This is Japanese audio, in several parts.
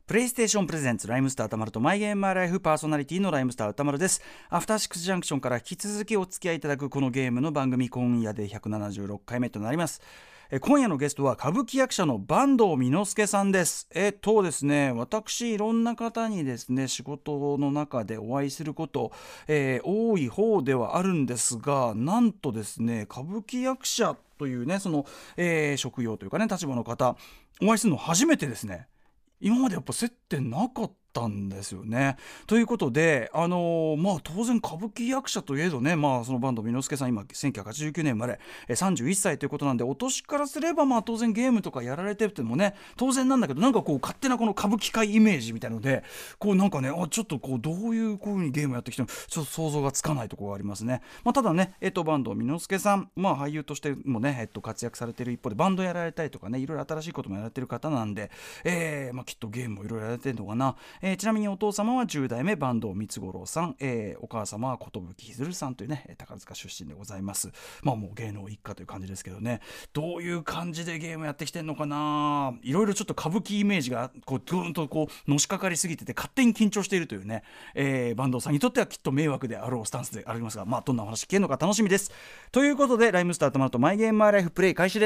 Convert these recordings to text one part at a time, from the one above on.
プレイステーションプレゼンツライムスター歌丸とマイゲームマイライフ、パーソナリティのライムスター歌丸です。アフターシックスジャンクションから引き続きお付き合いいただくこのゲームの番組、今夜で176回目となります。今夜のゲストは歌舞伎役者の坂東巳之助さんです。ですね、私いろんな方にですね仕事の中でお会いすること、多い方ではあるんですが、なんとですね歌舞伎役者というねその、職業というかね立場の方お会いするの初めてですね。今までやっぱ接点なかったんですよね。ということで、当然歌舞伎役者といえどね、その坂東巳之助さん今1989年生まれ31歳ということなんで、お年からすれば当然ゲームとかやられててもね当然なんだけど、なんかこう勝手なこの歌舞伎界イメージみたいので、こうなんかねちょっとこうどういう風にゲームやってきてもちょっと想像がつかないところがありますね。ただね坂東巳之助さん、俳優としてもね活躍されている一方でバンドやられたりとかねいろいろ新しいこともやられてる方なんで、きっとゲームもいろいろやられてるのかな。ちなみにお父様は10代目坂東光五郎さん、お母様は寿ひずるさんというね宝塚出身でございます。もう芸能一家という感じですけどね、どういう感じでゲームやってきてんのかな。いろいろちょっと歌舞伎イメージがこうぐーんとこうのしかかりすぎてて勝手に緊張しているというね、坂東さんにとってはきっと迷惑であろうスタンスでありますが、どんなお話聞けるのか楽しみです。ということでライムスターとマルとマイゲームマイライフプレイ開始です。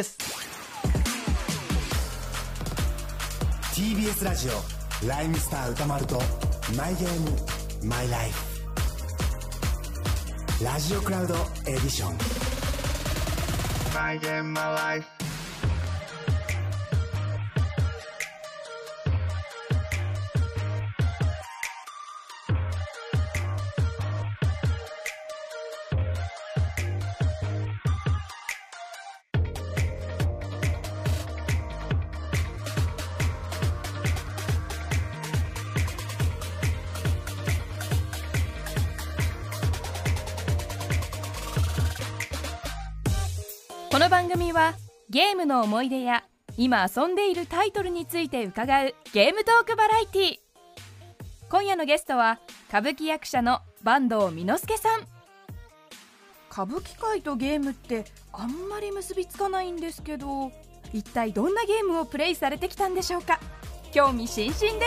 TBS ラジオライムスター歌丸とマイゲームマイライフラジオクラウドエディションマイゲームマイライフ。 この番組はゲームの思い出や今遊んでいるタイトルについて伺うゲームトークバラエティ。今夜のゲストは歌舞伎役者の坂東巳之助さん。歌舞伎界とゲームってあんまり結びつかないんですけど、一体どんなゲームをプレイされてきたんでしょうか。興味津々です。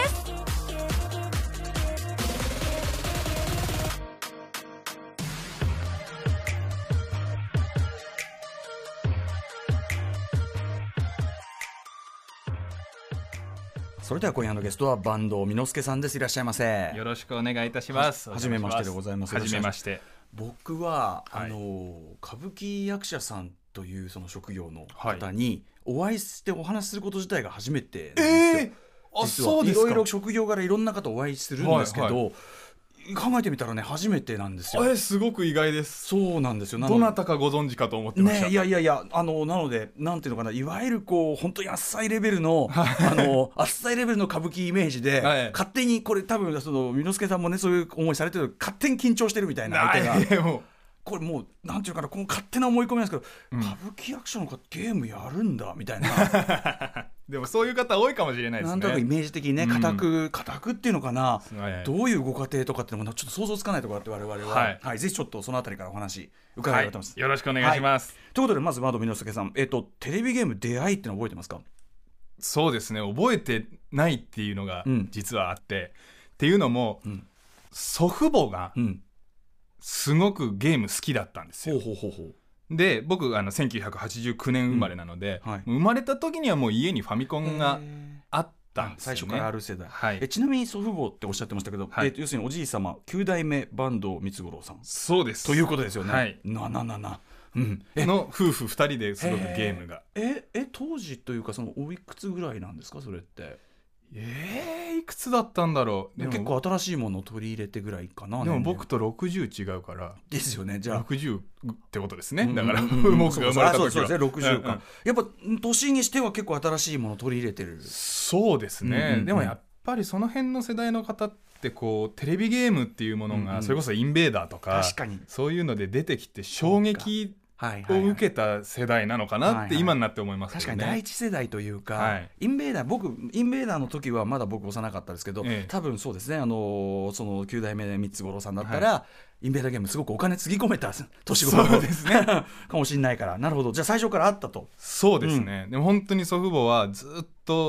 それでは今夜のゲストは坂東巳之助さんです。いらっしゃいませ。 よろしくお願いいたします。 はじめましてでございます。 はじめまして。 僕は、 はい、 歌舞伎役者さんというその職業の方にお会いしてお話しすること自体が初めてなんですよ。 そうですか。 いろいろ職業柄いろんな方お会いするんですけど、考えてみたらね初めてなんですよ。 すごく意外です。 そうなんですよ。 どなたかご存知かと思ってました。 いやなのでなんていうのかな、いわゆるこう本当に浅いレベルの浅いレベルの歌舞伎イメージで、勝手にこれ多分その巳之助さんもねそういう思いされてる、勝手に緊張してるみたいな相手がこれもうなんていうかな、この勝手な思い込みなんですけど、歌舞伎役者の方ゲームやるんだみたいなでもそういう方多いかもしれないですね。 なんとなくイメージ的にね固くっていうのかな、どういうご家庭とかっていうのもちょっと想像つかないところがあって、我々は、ぜひちょっとそのあたりからお話伺いたいと思います。 よろしくお願いします。 ということでまず坂東巳之助さん、テレビゲーム出会いっての覚えてますか？ そうですね、覚えてないっていうのが実はあって、っていうのも、祖父母がすごくゲーム好きだったんですよ。で僕1989年生まれなので、生まれた時にはもう家にファミコンがあったんですよね。 最初からある世代、ちなみに祖父母っておっしゃってましたけど、要するにおじい様9代目坂東光五郎さん。 そうですということですよね。 の夫婦2人ですごくゲームが当時というかそのおいくつぐらいなんですかそれって？ いくつだったんだろう。 結構新しいものを取り入れてぐらいかな。 でも僕と60違うからですよね。じゃあ 60ってことですね。だから僕が生まれた時はそうですね、60か、やっぱ年にしては結構新しいものを取り入れてる。 そうですね、でもやっぱりその辺の世代の方ってこうテレビゲームっていうものがそれこそインベーダーとかそういうので出てきて衝撃を受けた世代なのかなって今になって思いますけどね。 確かに第一世代というか、インベーダーの時はまだ僕幼かったですけど、多分そうですね、その9代目三つ五郎さんだったら、インベーダーゲームすごくお金つぎ込めた年頃ですねかもしれないから。なるほど、じゃあ最初からあったと。 そうですね、でも本当に祖父母はずっと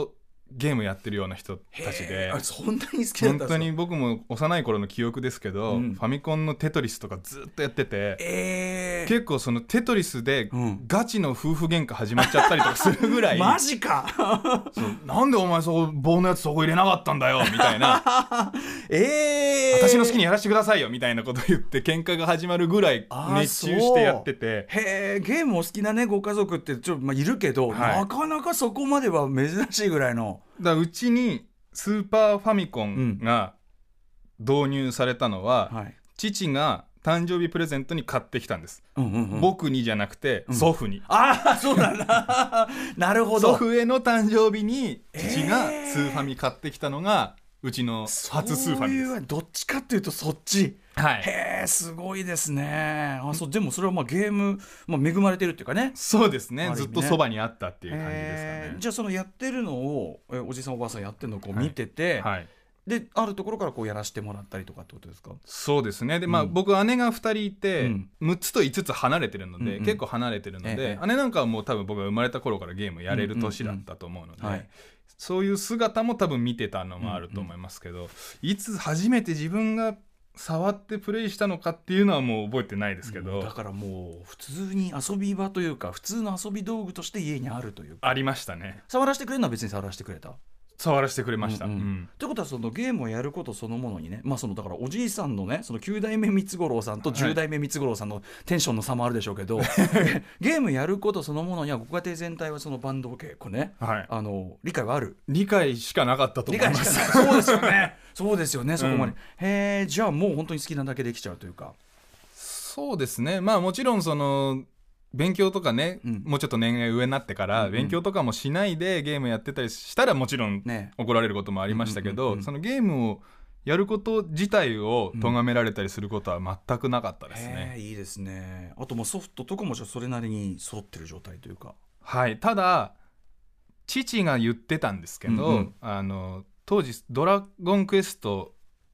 ゲームやってるような人たちで、 そんなに好きだったんですか？ 本当に僕も幼い頃の記憶ですけど、ファミコンのテトリスとかずっとやってて、結構そのテトリスでガチの夫婦喧嘩始まっちゃったりとかするぐらいマジかなんでお前そこ棒のやつそこ入れなかったんだよみたいな私の好きにやらせてくださいよみたいなこと言って喧嘩が始まるぐらい熱中してやってて、 ゲームお好きなねご家族ってちょっといるけど、なかなかそこまでは珍しいぐらいの。 だからうちにスーパーファミコンが導入されたのは、父が誕生日プレゼントに買ってきたんです、僕にじゃなくて祖父に、 そうなんだなるほど。 祖父への誕生日に父がスーファミ買ってきたのがうちの初スーファミです。 どっちかっていうとそっち、へえすごいですね。でもそれはまあゲーム、恵まれてるっていうかね。 そうですね、ずっとそばにあったっていう感じですかね。 じゃあそのやってるのをおじさんおばあさんやってるのをこう見てて、であるところからこうやらせてもらったりとかってことですか？ そうですね。で、僕姉が2人いて、6つと5つ離れてるので、結構離れてるので、姉なんかはもう多分僕が生まれた頃からゲームやれる年だったと思うので、そういう姿も多分見てたのもあると思いますけど、いつ初めて自分が触ってプレイしたのかっていうのはもう覚えてないですけど、 だからもう普通に遊び場というか普通の遊び道具として家にあるというか。 ありましたね。 触らせてくれるのは別に触らせてくれた？ 触らせてくれました。 ということはそのゲームをやることそのものにね、そのだからおじいさんのねその9代目三五郎さんと10代目三五郎さんのテンションの差もあるでしょうけど、ゲームやることそのものにはご家庭全体はそのバンド稽古ね、理解はある？ 理解しかなかったと思います。 そうですよねそうですよね、そこまで。じゃあもう本当に好きなだけできちゃうというか。 そうですね。もちろんその勉強とかね、もうちょっと年齢上になってから勉強とかもしないでゲームやってたりしたらもちろん怒られることもありましたけど、そのゲームをやること自体を咎められたりすることは全くなかったですね。 いいですね。あともソフトとかもじゃそれなりに揃ってる状態というか。 ただ父が言ってたんですけど、当時ドラゴンクエスト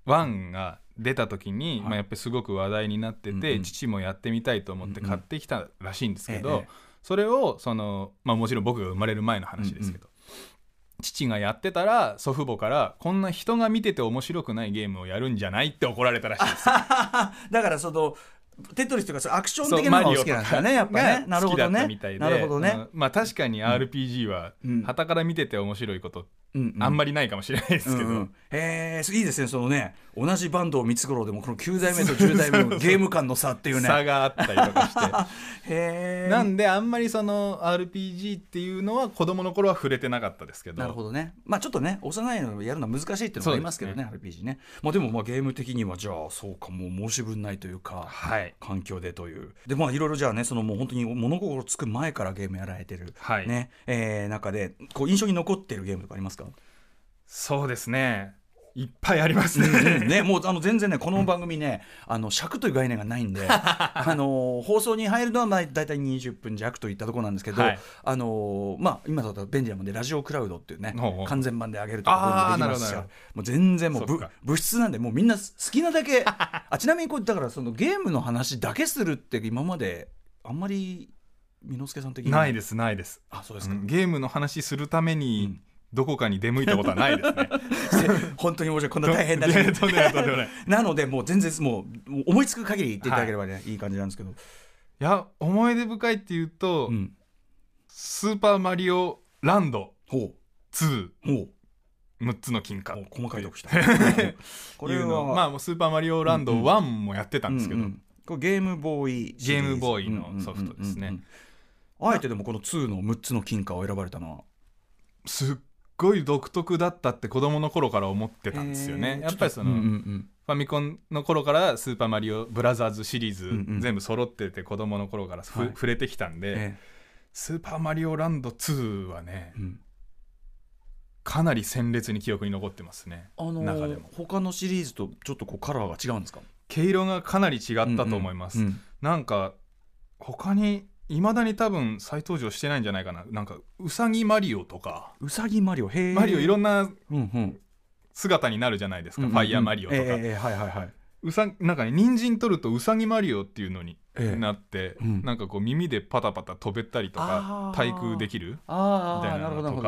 1が出た時に、やっぱりすごく話題になってて、父もやってみたいと思って買ってきたらしいんですけど、それをもちろん僕が生まれる前の話ですけど、父がやってたら祖父母からこんな人が見てて面白くないゲームをやるんじゃないって怒られたらしいですよだからそのテトリスとかアクション的なのが好きなんですかね、やっぱね。なるほどね。なるほどね。 確かに RPG は傍から見てて面白いことあんまりないかもしれないですけど、 いいですね。そのね同じバンドを三つ頃でもこの9代目と10代目のゲーム感の差っていうね差があったりとかしてなんであんまりその RPG っていうのは子供の頃は触れてなかったですけど。なるほどね。ちょっとね幼いのやるのは難しいっていうのもありますけどね、RPG ね。でもゲーム的にはじゃあそうか、もう申し分ないというか、環境でというで、いろいろじゃあねそのもう本当に物心つく前からゲームやられてる、中でこう印象に残ってるゲームとかありますか？ そうですね、いっぱいありますね。 もう全然ねこの番組ね尺という概念がないんで放送に入るのはだいたい20分弱といったところなんですけど、今だと便利なもんでラジオクラウドっていうね完全版で上げるとかできますし、もう全然もう物質なんでもうみんな好きなだけちなみにだからそのゲームの話だけするって今まであんまり箕之助さん的にないです。 そうですか。 ゲームの話するために、どこかに出向いたことはないですね本当に面白い、こんな大変だねなのでもう全然もう思いつく限り言っていただければね、いい感じなんですけど。 いや思い出深いっていうと、スーパーマリオランド2、6つの金貨、 細かいとこしたこれはもうスーパーマリオランド1もやってたんですけど、 これゲームボーイのソフトですね。 あえてでもこの2の6つの金貨を選ばれたのはすっごい独特だったって子供の頃から思ってたんですよね。やっぱりその、ファミコンの頃からスーパーマリオブラザーズシリーズ、全部揃ってて子供の頃から触れてきたんで、スーパーマリオランド2はね、かなり鮮烈に記憶に残ってますね。中でも他のシリーズとちょっとこうカラーが違うんですか？ 毛色がかなり違ったと思います。なんか他に未だに多分再登場してないんじゃないかな。なんかうさぎマリオとか、 うさぎマリオ、 マリオいろんな姿になるじゃないですか、ファイヤーマリオとか、なんかね人参取るとうさぎマリオっていうのになって、なんかこう耳でパタパタ飛べたりとか対空できるみたいなのとか、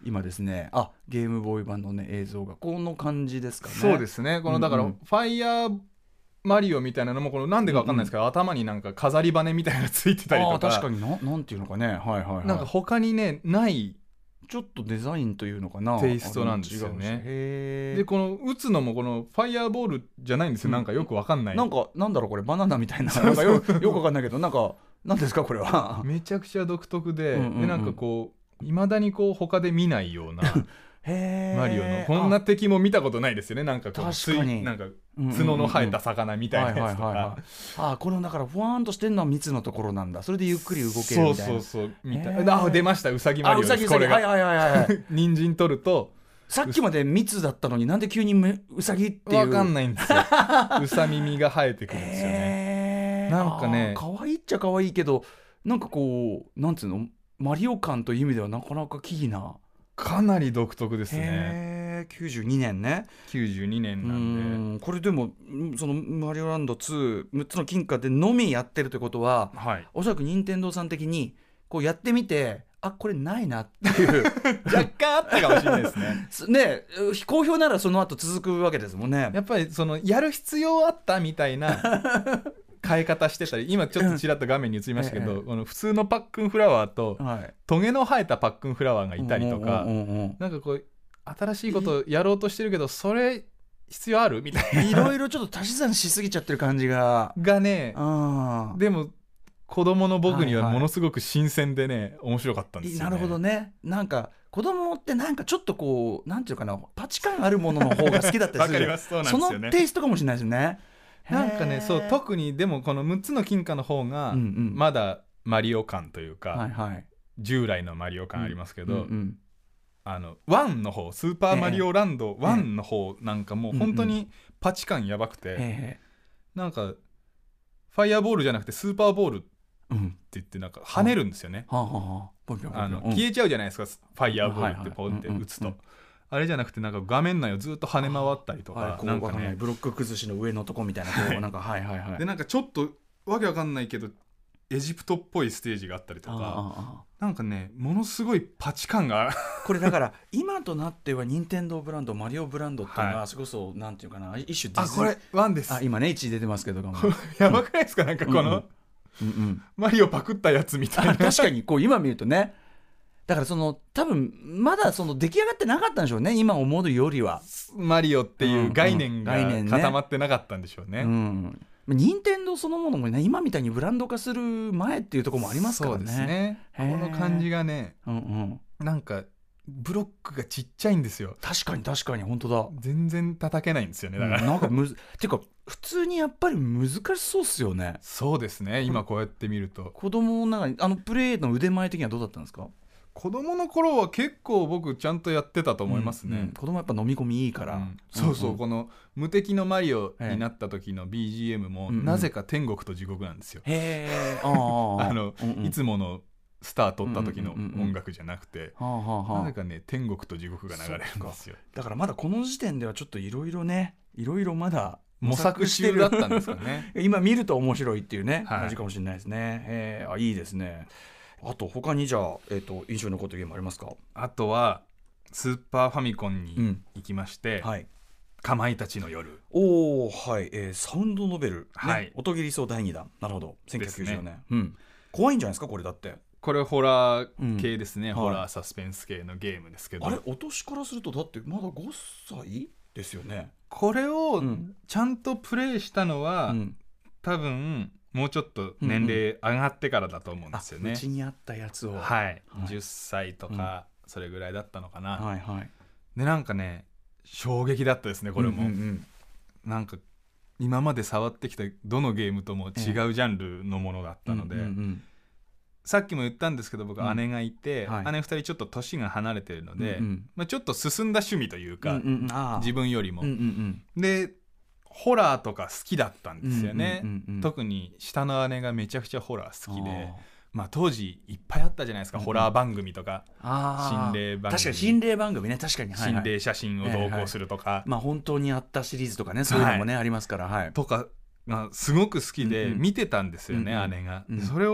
今ですね、ゲームボーイ版のね映像がこの感じですかね。 そうですね、このだから、ファイヤーマリオみたいなのもこのなんでか分かんないですけど、頭になんか飾り羽みたいなのついてたりとか、 確かになんていうのかね、はいはいはい、 なんか他にねないちょっとデザインというのかな、 テイストなんですよね。でこの打つのもこのファイヤーボールじゃないんですよ、なんかよく分かんない、 なんだろうこれバナナみたいな、なんかよく分かんないけど、なんか何ですかこれは。 めちゃくちゃ独特で、でなんかこういまだにこう他で見ないようなマリオのこんな敵も見たことないですよね。なんかこう確かになんか角の生えた魚みたいなやつとか、 このだからふわーんとしてるのは蜜のところなんだ、それでゆっくり動けるみたいな。 そうみたい。出ました、ウサギマリオです。これが人参取ると、 さっきまで蜜だったのになんで急にウサギっていう、 分かんないんですよウサ耳が生えてくるんですよね。なんかね可愛いっちゃ可愛いけど、なんかこうなんつうの、マリオ感という意味ではなかなか奇異な、 かなり独特ですね。 92年ね。 92年なんで、これでもそのマリオランド26つの金貨でのみやってるということは、おそらく任天堂さん的にこうやってみて、これないなっていう若干あったかもしれないですねね、非公表ならその後続くわけですもんね。 やっぱりそのやる必要あったみたいな変え方してたり、今ちょっとちらっと画面に映りましたけど、この普通のパックンフラワーと、トゲの生えたパックンフラワーがいたりとか、なんかこう新しいことをやろうとしてるけど、それ必要あるみたいな、 いろいろちょっと足し算しすぎちゃってる感じがね、でも子供の僕にはものすごく新鮮でね、面白かったんですよね。 なるほどね。なんか子供ってなんかちょっとこうなんていうかな、パチ感あるものの方が好きだったりする。 わかります、そうなんですよね。 そのテイストかもしれないですね。 なんかね、そう特にでもこの6つの金貨の方がまだマリオ感というか、従来のマリオ感ありますけど、1の方、スーパーマリオランド1の方なんかもう本当にパチ感やばくて、なんかファイヤーボールじゃなくてスーパーボールって言ってなんか跳ねるんですよね。消えちゃうじゃないですか、ファイヤーボールってポンって打つと。あれじゃなくてなんか画面内をずっと跳ね回ったりとか、なんかねブロック崩しの上のとこみたいな、なんかでなんかちょっとわけわかんないけどエジプトっぽいステージがあったりとか、なんかねものすごいパチ感がこれだから今となっては任天堂ブランド、マリオブランドっていうのはそれこそなんていうかな、一種ディズニー。 これ1です。 今ね1出てますけどやばくないですか、なんかこのマリオパクったやつみたいな。 確かにこう今見るとね、だからその多分まだその出来上がってなかったんでしょうね、今思うよりは。 マリオっていう概念が固まってなかったんでしょうね。 任天堂そのものもね、今みたいにブランド化する前っていうところもありますからね。 そうですね。この感じがね、なんかブロックがちっちゃいんですよ。 確かに本当だ。 全然叩けないんですよね。だから、 なんかていうか普通にやっぱり難しそうっすよね。 そうですね。今こうやって見ると子供の中にプレイの腕前的にはどうだったんですか？ 子供の頃は結構僕ちゃんとやってたと思いますね。 子供やっぱ飲み込みいいから、 そうこの無敵のマリオになった時の BGM もなぜか天国と地獄なんですよ。いつものスター取った時の音楽じゃなくて、なぜかね天国と地獄が流れるんですよ。 だからまだこの時点ではちょっといろいろまだ模索中だったんですかね。 今見ると面白いっていうね、感じかもしれないですね。いいですね。あと他にじゃあ、印象に残ったゲームありますか？ あとはスーパーファミコンに行きまして、かまいたちの夜。 サウンドノベル、音切りそう第2弾。なるほど、1994年、怖いんじゃないですかこれ。だってこれホラー系ですね、ホラーサスペンス系のゲームですけど、 あれお年からするとだってまだ5歳ですよね。 これをちゃんとプレイしたのは、多分もうちょっと年齢上がってからだと思うんですよね。 うちにあったやつを、 10歳とかそれぐらいだったのかな。でなんかね衝撃だったですねこれも。なんか今まで触ってきたどのゲームとも違うジャンルのものだったので、さっきも言ったんですけど僕姉がいて、姉2人ちょっと年が離れてるので、ちょっと進んだ趣味というか、自分よりも、でホラーとか好きだったんですよね。特に下の姉がめちゃくちゃホラー好きで、当時いっぱいあったじゃないですか、ホラー番組とか、心霊番組。 確かに心霊番組ね、確かに、 心霊写真を同行するとか、 本当にあったシリーズとかね、そういうのもね、ありますから、 とかがすごく好きで見てたんですよね、姉が。それを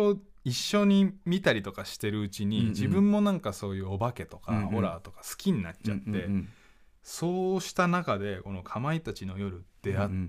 一緒に見たりとかしてるうちに、自分もなんかそういうお化けとか、ホラーとか好きになっちゃって、そうした中でこのかまいたちの夜出会って、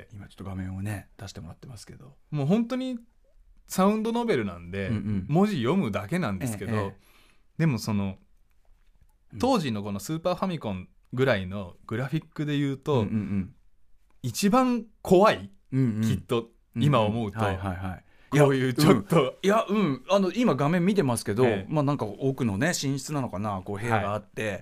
今ちょっと画面をね出してもらってますけど、 もう本当にサウンドノベルなんで、文字読むだけなんですけど、でもその当時のこのスーパーファミコンぐらいのグラフィックで言うと、一番怖い、きっと今思うと、こういうちょっと、 今画面見てますけど、なんか奥のね寝室なのかな、こう部屋があって、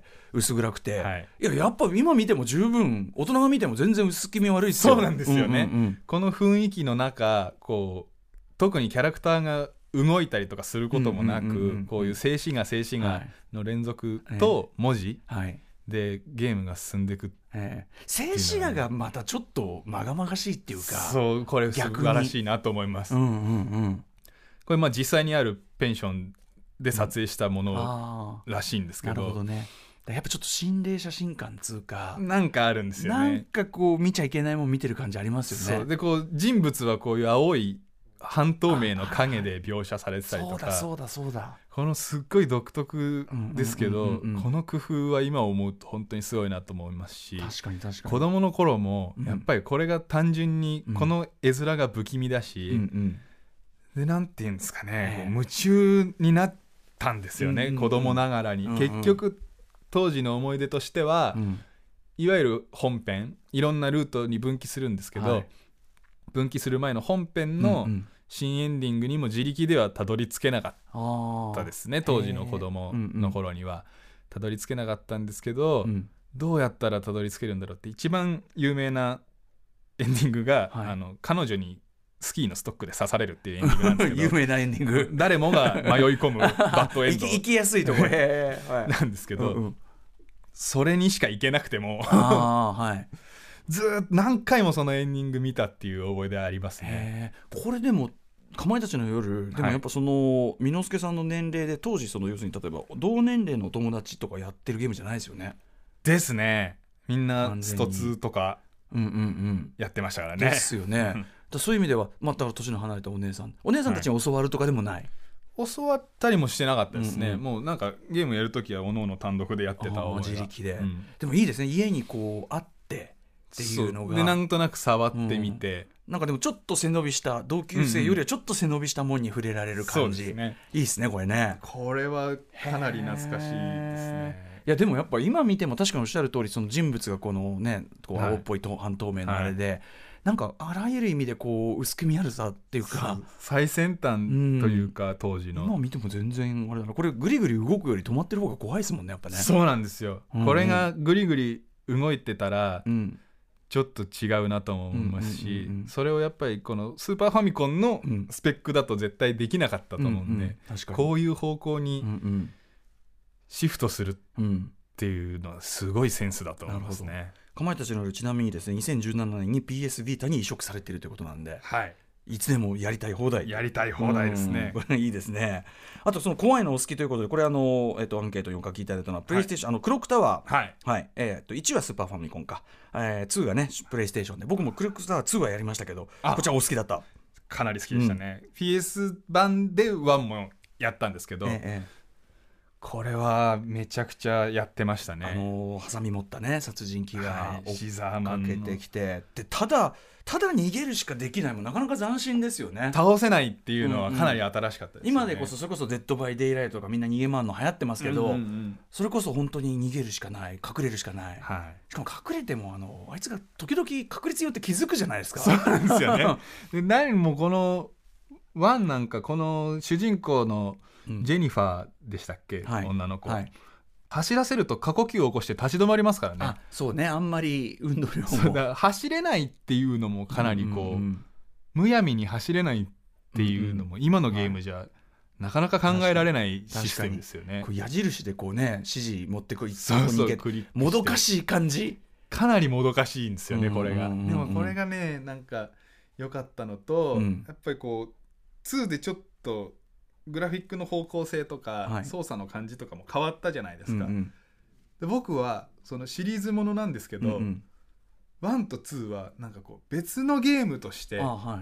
薄暗くて、やっぱ今見ても十分、大人が見ても全然薄気味悪いですよ。 そうなんですよね、この雰囲気の中、こう特にキャラクターが動いたりとかすることもなく、こういう静止画静止画の連続と文字でゲームが進んでいく、 静止画がまたちょっとまがまがしいっていうか、 そう、これ素晴らしいなと思います。これ実際にあるペンションで撮影したものらしいんですけど、 なるほどね。やっぱちょっと心霊写真館つうかなんかあるんですよね。 なんかこう見ちゃいけないもん見てる感じありますよね。 そうで、こう人物はこういう青い半透明の影で描写されてたりとか、 そうだこのすっごい独特ですけど、この工夫は今思うと本当にすごいなと思いますし、 確かに子供の頃もやっぱりこれが単純にこの絵面が不気味だし、でなんていうんですかね、夢中になったんですよね、子供ながらに。結局当時の思い出としては、いわゆる本編いろんなルートに分岐するんですけど、分岐する前の本編の新エンディングにも自力ではたどり着けなかったですね。当時の子供の頃にはたどり着けなかったんですけど、どうやったらたどり着けるんだろうって、一番有名なエンディングが、彼女にスキーのストックで刺されるっていうエンディングなんですけど有名なエンディング、 誰もが迷い込むバッドエンド行きやすいところなんですけど、それにしか行けなくてもずっと何回もそのエンディング見たっていう覚えでありますね。 これでもかまいたちの夜でもやっぱその箕之助さんの年齢で、当時その要するに例えば同年齢の友達とかやってるゲームじゃないですよね。 ですね。みんなスト2とかやってましたからね。 ですよね。そういう意味ではまた年の離れたお姉さんたちに教わるとかでもない、 教わったりもしてなかったですね。もうなんかゲームやるときはおのおの単独でやってた覚えが、 自力で、でもいいですね、家にこうあってっていうのが、 でなんとなく触ってみて、 なんかでもちょっと背伸びした同級生よりはちょっと背伸びしたもんに触れられる感じ、いいですねこれね。 これはかなり懐かしいですね。 いやでもやっぱ今見ても確かにおっしゃる通り、その人物がこのねこう青っぽい半透明のあれで、なんかあらゆる意味でこう薄く見あるさっていうか、 最先端というか、当時の今見ても全然あれだな。これグリグリ動くより止まってる方が怖いですもんね、やっぱね。 そうなんですよ、これがグリグリ動いてたら、ちょっと違うなとも思いますし、それをやっぱりこのスーパーファミコンのスペックだと絶対できなかったと思うんで、こういう方向にシフトするっていうのはすごいセンスだと思いますね。 かまいたちの夜、ちなみにですね2017年に PS ビータに移植されているということなんで、いつでもやりたい放題ですね。 これいいですね。あとその怖いのお好きということで、これアンケートにお書きいただいたのはプレイステーション、クロックタワー、1はスーパーファミコンか、2がねプレイステーションで、僕もクロックタワー2はやりましたけど、こちらお好きだった。 かなり好きでしたね、PS 版で1もやったんですけど、これはめちゃくちゃやってましたね。 ハサミ持ったね殺人鬼がシザーマンかけてきて、でただ逃げるしかできないもん、なかなか斬新ですよね。 倒せないっていうのはかなり新しかったですね。 今でこそそれこそデッドバイデイライトとかみんな逃げ回るの流行ってますけど、それこそ本当に逃げるしかない、隠れるしかない、しかも隠れてもあいつが時々確率によって気づくじゃないですか。 そうなんですよねで何もこのワンなんか、この主人公のジェニファーでしたっけ、女の子、走らせると過呼吸を起こして立ち止まりますからね。 そうね、あんまり運動量もだ走れないっていうのもかなりこう、むやみに走れないっていうのも今のゲームじゃなかなか考えられないシステムですよね。 矢印でこうね指示持ってこい、もどかしい感じ、 かなりもどかしいんですよねこれが。でもこれがねなんか良かったのと、やっぱりこう2でちょっとグラフィックの方向性とか、操作の感じとかも変わったじゃないですか、で僕はそのシリーズものなんですけど、1と2はなんかこう別のゲームとして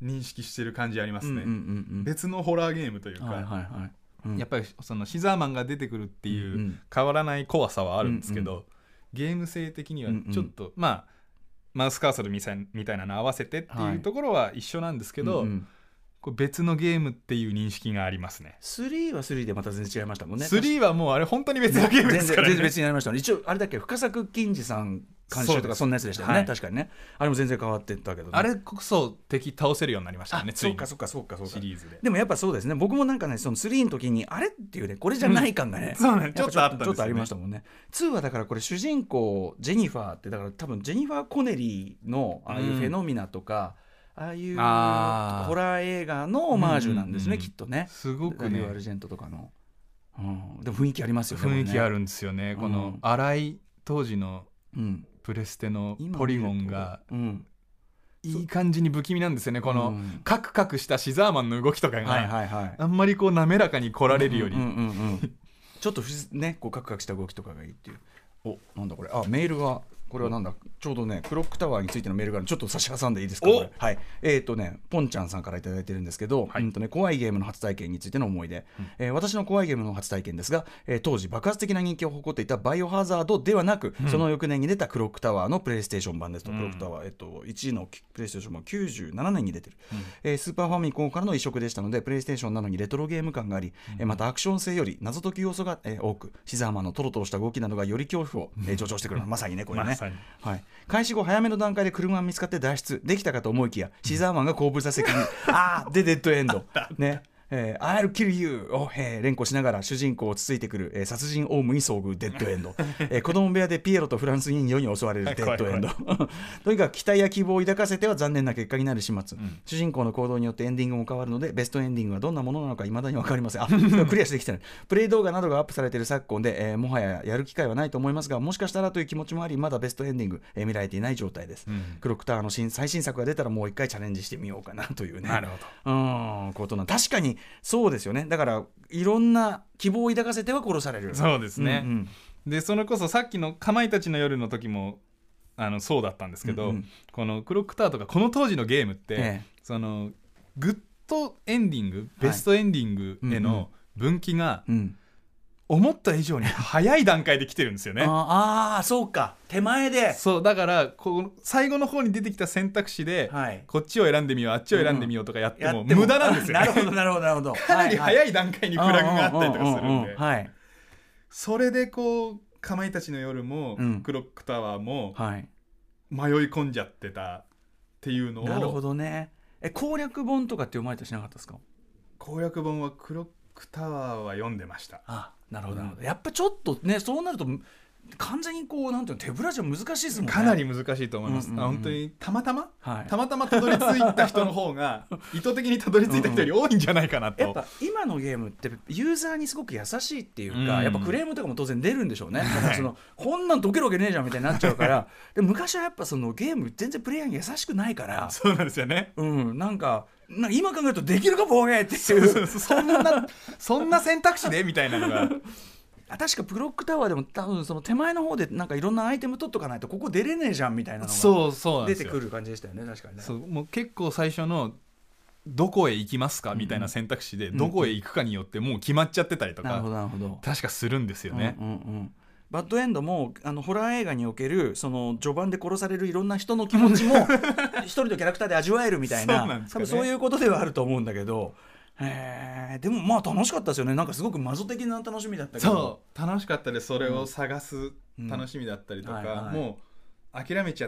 認識してる感じありますね、 うんうんうんうん、 別のホラーゲームというか、 はいはいはい、うん、 やっぱりそのシザーマンが出てくるっていう変わらない怖さはあるんですけど、うんうん、ゲーム性的にはちょっと、うんうん、まあマウスカーソルみたいなの合わせてっていうところは一緒なんですけど、はい、うんうん、これ別のゲームっていう認識がありますね。 3は3でまた全然違いましたもんね。 3はもうあれ本当に別のゲームですからね。 全然別になりましたね。一応あれだっけ、深作金次さん監修とかそんなやつでしたよね、はい、確かにね。あれも全然変わってったけど、ね、 あれこそ敵倒せるようになりましたね。 そうかシリーズで。 でもやっぱそうですね、僕もなんかね、その3の時にあれっていうね、これじゃない感がね、 そうね、ちょっとあったんですよね。 ちょっとありましたもんね。2はだからこれ主人公ジェニファーって、だから多分ジェニファー・コネリーのああいうフェノミナとか、ああいうホラー映画のオマージュなんですね、きっとね。 すごくね、 ダリオ・アルジェントとかの、うん、でも雰囲気ありますよね。 雰囲気あるんですよね、この荒い当時のプレステのポリゴンが、いい感じに不気味なんですよね。このカクカクしたシザーマンの動きとかが、あんまりこう滑らかに来られるより、 ちょっとね、こうカクカクした動きとかがいいっていう。お、なんだこれ、あ、メールが、これはなんだ、ちょうどね、クロックタワーについてのメールがちょっと差し挟んでいいですか。はい、ポンちゃんさんからいただいてるんですけど、はい、怖いゲームの初体験についての思い出、私の怖いゲームの初体験ですが、当時爆発的な人気を誇っていたバイオハザードではなく、その翌年に出たクロックタワーのプレイステーション版ですと。クロックタワー、1位のプレイステーション版97年に出てる、スーパーファミコンからの移植でしたので、プレイステーションなのにレトロゲーム感があり、またアクション性より謎解き要素が、多く、シザーマンのトロトロした動きなどがより恐怖を、助長してくる、まさにね、これね、はい、開始後早めの段階で車が見つかって脱出できたかと思いきや、シザーマンが後部座席にでデッドエンドね。I'll kill you を、連呼しながら主人公をつついてくる、殺人オウムに遭遇デッドエンド、子供部屋でピエロとフランス人形に襲われるデッドエンドとにかく期待や希望を抱かせては残念な結果になる始末、主人公の行動によってエンディングも変わるので、ベストエンディングはどんなものなのか未だに分かりません。クリアしてきてない。プレイ動画などがアップされている昨今で、もはややる機会はないと思いますが、もしかしたらという気持ちもあり、まだベストエンディング、見られていない状態です、クロックタワーの最新作が出たらもう一回チャレンジしてみようかなというね。 なるほど、ことなん。確かにそうですよね。だからいろんな希望を抱かせては殺される。 そうですね、でそれこそさっきのかまいたちの夜の時もそうだったんですけど、このクロックタワーとかこの当時のゲームって、そのグッドエンディング、ベストエンディングへの分岐が、思った以上に早い段階で来てるんですよね。 そうか、手前で。 そうだからこう最後の方に出てきた選択肢で、こっちを選んでみようあっちを選んでみようとかやっても無駄なんですよね。 なるほどかなり早い段階にフラグがあったりとかするんで、それでこうかまいたちの夜も、クロックタワーも、迷い込んじゃってたっていうのを。 なるほどね。攻略本とかって読まれたりしなかったですか。 攻略本はクロックタワーは読んでました。 なるほど、やっぱちょっとね、そうなると完全にこうなんていうの、手ぶらじゃ難しいですもんね。 かなり難しいと思います、本当にたまたまたどり着いた人の方が意図的にたどり着いた人より多いんじゃないかなと。 やっぱ今のゲームってユーザーにすごく優しいっていうか、やっぱクレームとかも当然出るんでしょうね。だからそのこんなん解けるわけねえじゃんみたいになっちゃうからで昔はやっぱそのゲーム全然プレイヤーに優しくないから。 そうなんですよね。 なんか今考えるとできるかボケっていうそんな選択肢でみたいなのが確かクロックタワーでも多分その手前の方でなんかいろんなアイテム取っとかないとここ出れねえじゃんみたいなのが出てくる感じでしたよね。確かにね。 もう結構最初のどこへ行きますかみたいな選択肢でどこへ行くかによってもう決まっちゃってたりとか、確かするんですよね。 バッドエンドもホラー映画におけるその序盤で殺されるいろんな人の気持ちも一人のキャラクターで味わえるみたいな、多分そういうことではあると思うんだけど、でもまあ楽しかったですよね。なんかすごくマゾ的な楽しみだったけど。 そう楽しかったです。それを探す楽しみだったりとか、もう諦めちゃって、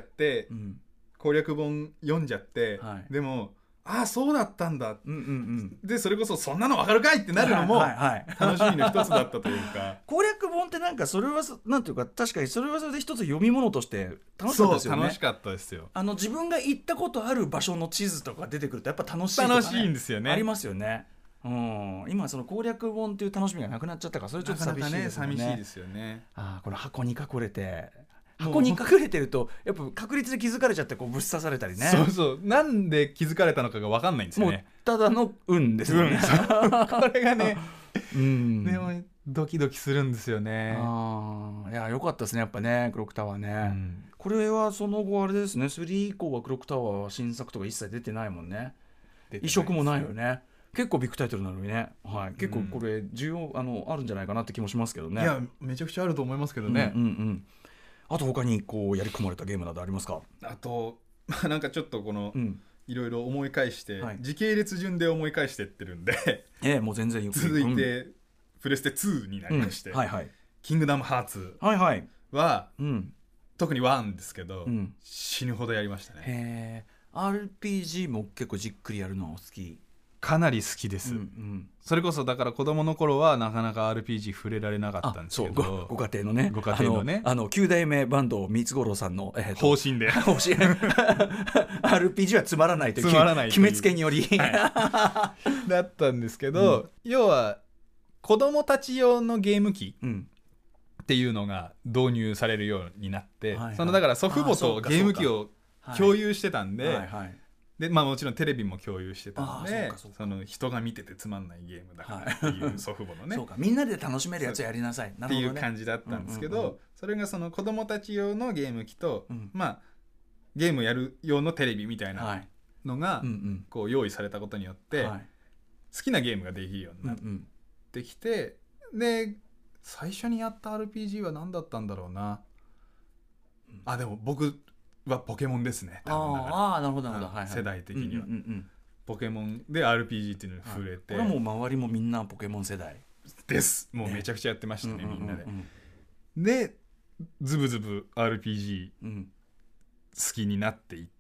攻略本読んじゃって、でもそうだったんだ、でそれこそそんなの分かるかいってなるのも楽しみの一つだったというか攻略本ってなんかそれはなんていうか、確かにそれはそれで一つ読み物として楽しかったですよね。 楽しかったですよ。 自分が行ったことある場所の地図とか出てくるとやっぱ楽しいとか、ね、 楽しいんですよね。 ありますよね。今その攻略本っていう楽しみがなくなっちゃったから、それちょっと寂しいですよね。 寂しいですよね。 この箱に隠れて箱に隠れてるとやっぱ確率で気づかれちゃってこうぶっ刺されたりね。 そうなんで気づかれたのかが分かんないんですよね。 もうただの運ですよね。 これがねでもドキドキするんですよね。 いや良かったですねやっぱね、クロックタワーね。これはその後あれですね、3以降はクロックタワーは新作とか一切出てないもんね。 移植もないよね。結構ビッグタイトルなのにね、はい、結構これ需要あるんじゃないかなって気もしますけどね。 いやめちゃくちゃあると思いますけどね、 あと他にこうやり込まれたゲームなどありますか？ あとなんかちょっとこの、いろいろ思い返して、時系列順で思い返してってるんでもう全然続いて、プレステ2になりまして、キングダムハーツは、特に1ですけど、死ぬほどやりましたね。 RPG も結構じっくりやるのはお好き？ かなり好きです、それこそだから子供の頃はなかなか RPG 触れられなかったんですけど、 ご家庭のね9代目バンド三五郎さんの、 方針で RPG はつまらないという決めつけにより、 だったんですけど、要は子供たち用のゲーム機っていうのが導入されるようになって、そのだから祖父母とゲーム機を共有してたんで、でもちろんテレビも共有してたので、その人が見ててつまんないゲームだからっていう祖父母のねそうか、みんなで楽しめるやつやりなさいっていう感じだったんですけど、それがその子供たち用のゲーム機と、ゲームやる用のテレビみたいなのがこう用意されたことによって、好きなゲームができるようになってきて、で最初にやった RPG は何だったんだろうな、でも僕はポケモンですね。 なるほどなるほど、 世代的には、ポケモンで RPG っていうのに触れて、 これはもう周りもみんなポケモン世代です。もうめちゃくちゃやってましたね、みんなで。でズブズブ RPG 好きになっていって、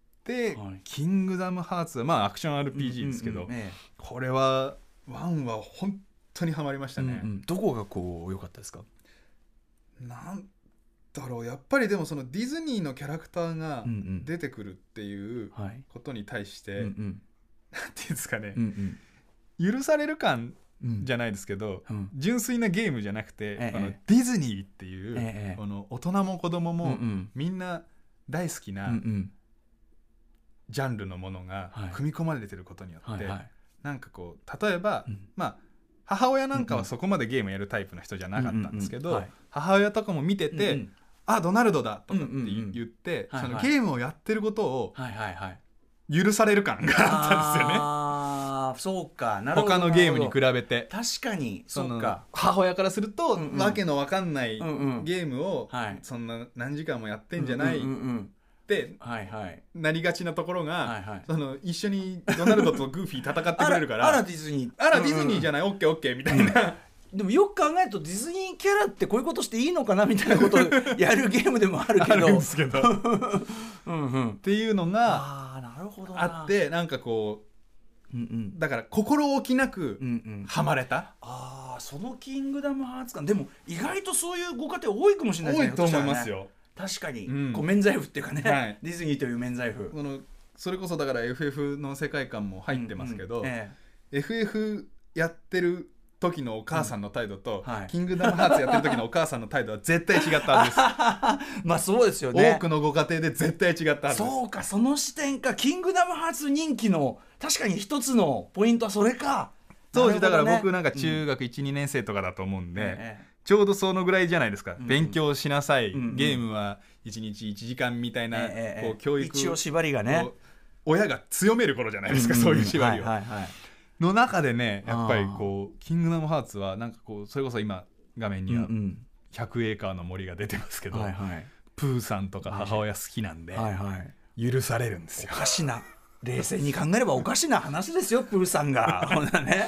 キングダムハーツはアクション RPG ですけど、これは1は本当にハマりましたね。 どこがこう良かったですか？ なんだろう、やっぱりでもそのディズニーのキャラクターが出てくるっていうことに対して、なんていうんですかね、許される感じゃないですけど、純粋なゲームじゃなくて、ディズニーっていう、この大人も子供もみんな大好きなジャンルのものが組み込まれてることによって、なんかこう例えば、母親なんかはそこまでゲームやるタイプの人じゃなかったんですけど、母親とかも見てて、ドナルドだとかって言って、そのゲームをやってることを許される感があったんですよね。 そうか、なるほど。 他のゲームに比べて確かにそうか。 母親からすると、わけのわかんないゲームをそんな何時間もやってんじゃないってなりがちなところが、その一緒にドナルドとグーフィー戦ってくれるから、 あらディズニー、 あらディズニーじゃない、オッケーオッケーみたいな。 でもよく考えるとディズニーキャラってこういうことしていいのかなみたいなことをやるゲームでもあるけどあるんですけどっていうのがあって、なんかこう、だから心置きなくハマれた。 そのキングダムハーツ感でも意外とそういうご家庭多いかもしれないですね。 多いと思いますよ。 確かに、こう免罪符っていうかね、ディズニーという免罪符、 それこそだから FF の世界観も入ってますけど、FF やってる時のお母さんの態度と、キングダムハーツやってる時のお母さんの態度は絶対違ったはずです。 そうですよね。 多くのご家庭で絶対違ったはずです。 そうか、その視点か。キングダムハーツ人気の確かに一つのポイントはそれか。 当時だから僕なんか中学 1,2 年生とかだと思うんで、ちょうどそのぐらいじゃないですか。勉強しなさい、ゲームは1日1時間みたいな、こう教育一応縛りがね、 親が強める頃じゃないですか、そういう縛りを。の中でね、やっぱりこうキングダムハーツはなんかこう、それこそ今画面には100エーカーの森が出てますけど、プーさんとか母親好きなんで許されるんですよ。 おかしな、冷静に考えればおかしな話ですよ、プーさんがほんなね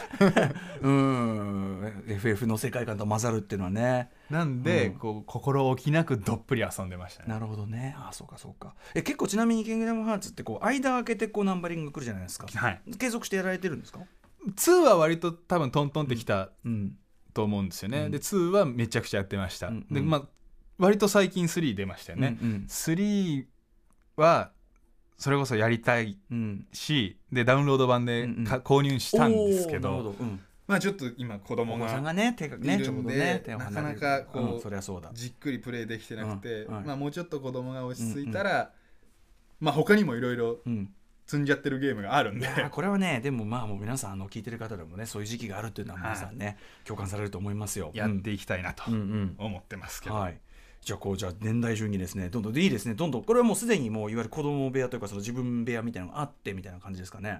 FF の世界観と混ざるっていうのはね。 なんで、こう心置きなくどっぷり遊んでましたね。 なるほどね。そうかそうか。結構ちなみにキングダムハーツってこう間開けてこうナンバリング来るじゃないですか、継続してやられてるんですか ？2は割と多分トントンってきたと思うんですよね。で2はめちゃくちゃやってました。で割と最近3出ましたよね。3はそれこそやりたいし、でダウンロード版で購入したんですけど、ちょっと今子供がいるんで、なかなかこうじっくりプレイできてなくて、もうちょっと子供が落ち着いたら、他にもいろいろ積んじゃってるゲームがあるんで、 これはね、でももう皆さん聞いてる方でもね、そういう時期があるっていうのは皆さんね、共感されると思いますよ。 やっていきたいなと思ってますけど、 じゃあ年代順にですね、どんどんでいいですね、どんどんこれはもうすでにもういわゆる子供部屋というかその自分部屋みたいなのがあってみたいな感じですかね。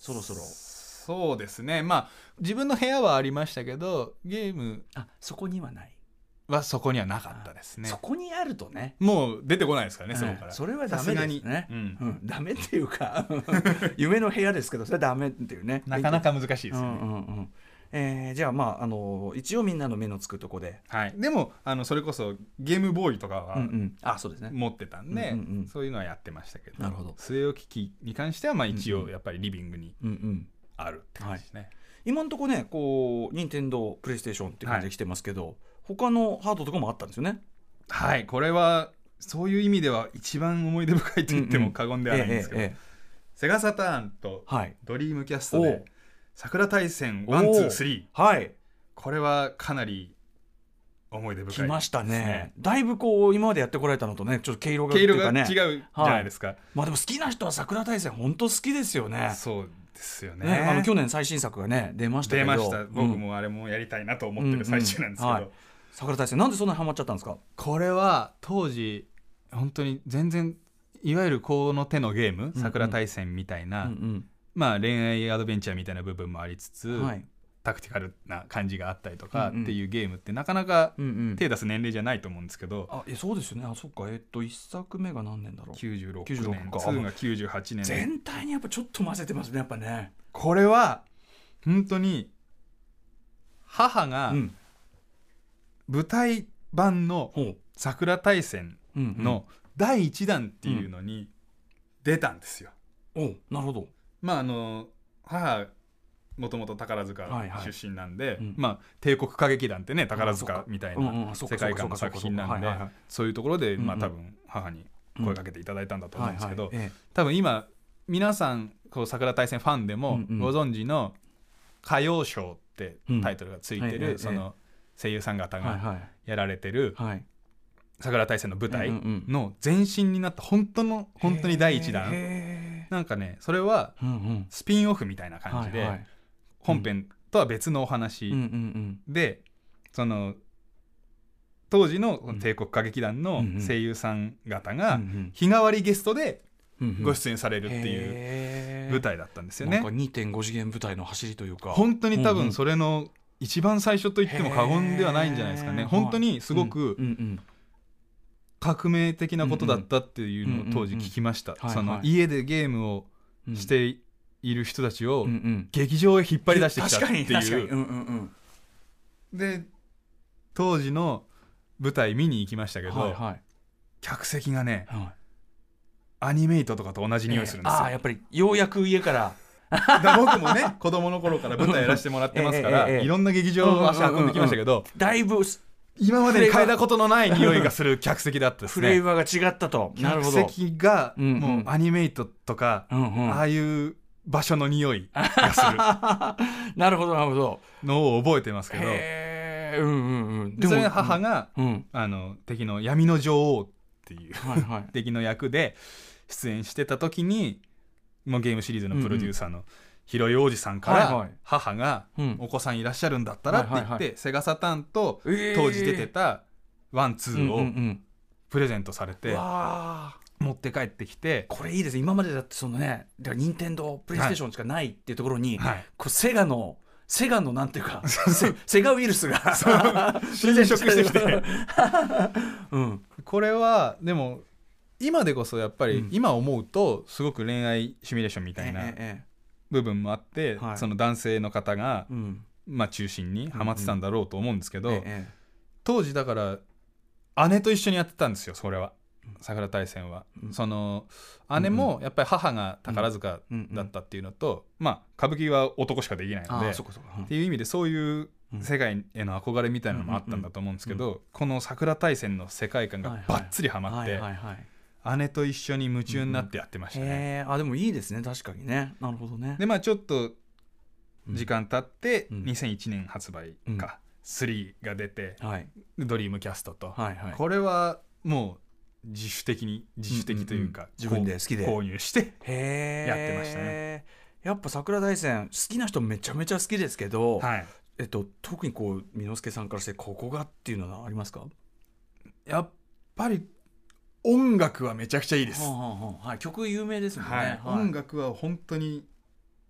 そろそろ。 そうですね、まあ自分の部屋はありましたけどゲームそこにはないはそこにはなかったですね。 そこにあるとねもう出てこないですからね、そこから。 それはダメですね、ダメっていうか夢の部屋ですけどそれはダメっていうね、 なかなか難しいですよね。 じゃあまあ一応みんなの目のつくとこで、 はい、でもそれこそゲームボーイとかはそうですね持ってたんで、そういうのはやってましたけど、 なるほど。 据え置き機に関してはまあ一応やっぱりリビングにあるって感じですね。 今のところねこう任天堂プレイステーションって感じで来てますけど、他のハードとかもあったんですよね。 はい、これはそういう意味では一番思い出深いと言っても過言ではないんですけど、セガサターンとドリームキャストで桜大戦 1,2,3、はい、これはかなり思い出深いですね。 来ましたね。だいぶこう今までやってこられたのとねちょっと毛色が違うじゃないですか。 まあでも好きな人は桜大戦本当好きですよね。 そうですよね。 去年最新作がね出ましたけど、 出ました。僕もあれもやりたいなと思ってる最中なんですけど、 桜大戦なんでそんなにハマっちゃったんですか？ これは当時本当に全然いわゆるこの手のゲーム、桜大戦みたいな、まあ恋愛アドベンチャーみたいな部分もありつつ、タクティカルな感じがあったりとかっていうゲームってなかなか手出す年齢じゃないと思うんですけど、 そうですよね。そっか1作目が何年だろう。 96年、2が98年、 全体にやっぱちょっと混ぜてますねやっぱね。 これは本当に母が舞台版の桜大戦の第1弾っていうのに出たんですよ。 なるほど。 まあ母もともと宝塚出身なんで、まあ帝国歌劇団ってね宝塚みたいな世界観の作品なんで、そういうところでまあ多分母に声かけていただいたんだと思うんですけど、多分今皆さんこう桜大戦ファンでもご存知の歌謡ショーってタイトルがついてるその声優さん方がやられてる桜大戦の舞台の前身になった本当に第一弾なんかね、それはスピンオフみたいな感じで本編とは別のお話で、その当時の帝国歌劇団の声優さん方が日替わりゲストでご出演されるっていう舞台だったんですよね。 なんか 2.5 次元舞台の走りというか、 本当に多分それの一番最初と言っても過言ではないんじゃないですかね。本当にすごく革命的なことだったっていうのを当時聞きました。その家でゲームをしている人たちを劇場へ引っ張り出してきたっていうで、当時の舞台見に行きましたけど、客席がねアニメイトとかと同じ匂いするんですよ。 やっぱりようやく家から僕もね子供の頃から舞台やらせてもらってますからいろんな劇場を足運んできましたけど、 だいぶ今までに嗅いだことのない匂いがする客席だったですね。 フレーバーが違ったと。 客席がもうアニメイトとかああいう場所の匂いがするなるほどなるほどのを覚えてますけど、それが母が敵の闇の女王っていう敵の役で出演してた時に、もうゲームシリーズのプロデューサーの広い王子さんから母がお子さんいらっしゃるんだったらって言ってセガサターンと当時出てた1,2をプレゼントされて持って帰ってきて、 これいいですね。今までだってそのね任天堂プレイステーションしかないっていうところにこうセガのなんていうかセガウイルスが侵食してきてこれはでも今でこそやっぱり今思うとすごく恋愛シミュレーションみたいな部分もあって、その男性の方がまあ中心にハマってたんだろうと思うんですけど、当時だから姉と一緒にやってたんですよ。それは桜大戦はその姉もやっぱり母が宝塚だったっていうのと、まあ歌舞伎は男しかできないのでっていう意味でそういう世界への憧れみたいなのもあったんだと思うんですけど、この桜大戦の世界観がバッツリハマって姉と一緒に夢中になってやってましたね。 でもいいですね。確かにね。なるほどね。 でまあちょっと時間経って2001年発売か3が出て、ドリームキャストと、これはもう自主的というか、 自分で好きで購入してやってましたね。 やっぱ桜大戦好きな人めちゃめちゃ好きですけど、特にこう箕之助さんからしてここがっていうのはありますか？ やっぱり音楽はめちゃくちゃいいです。 曲有名ですもんね。 音楽は本当に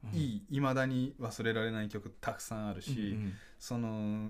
未だに忘れられない曲たくさんあるし、その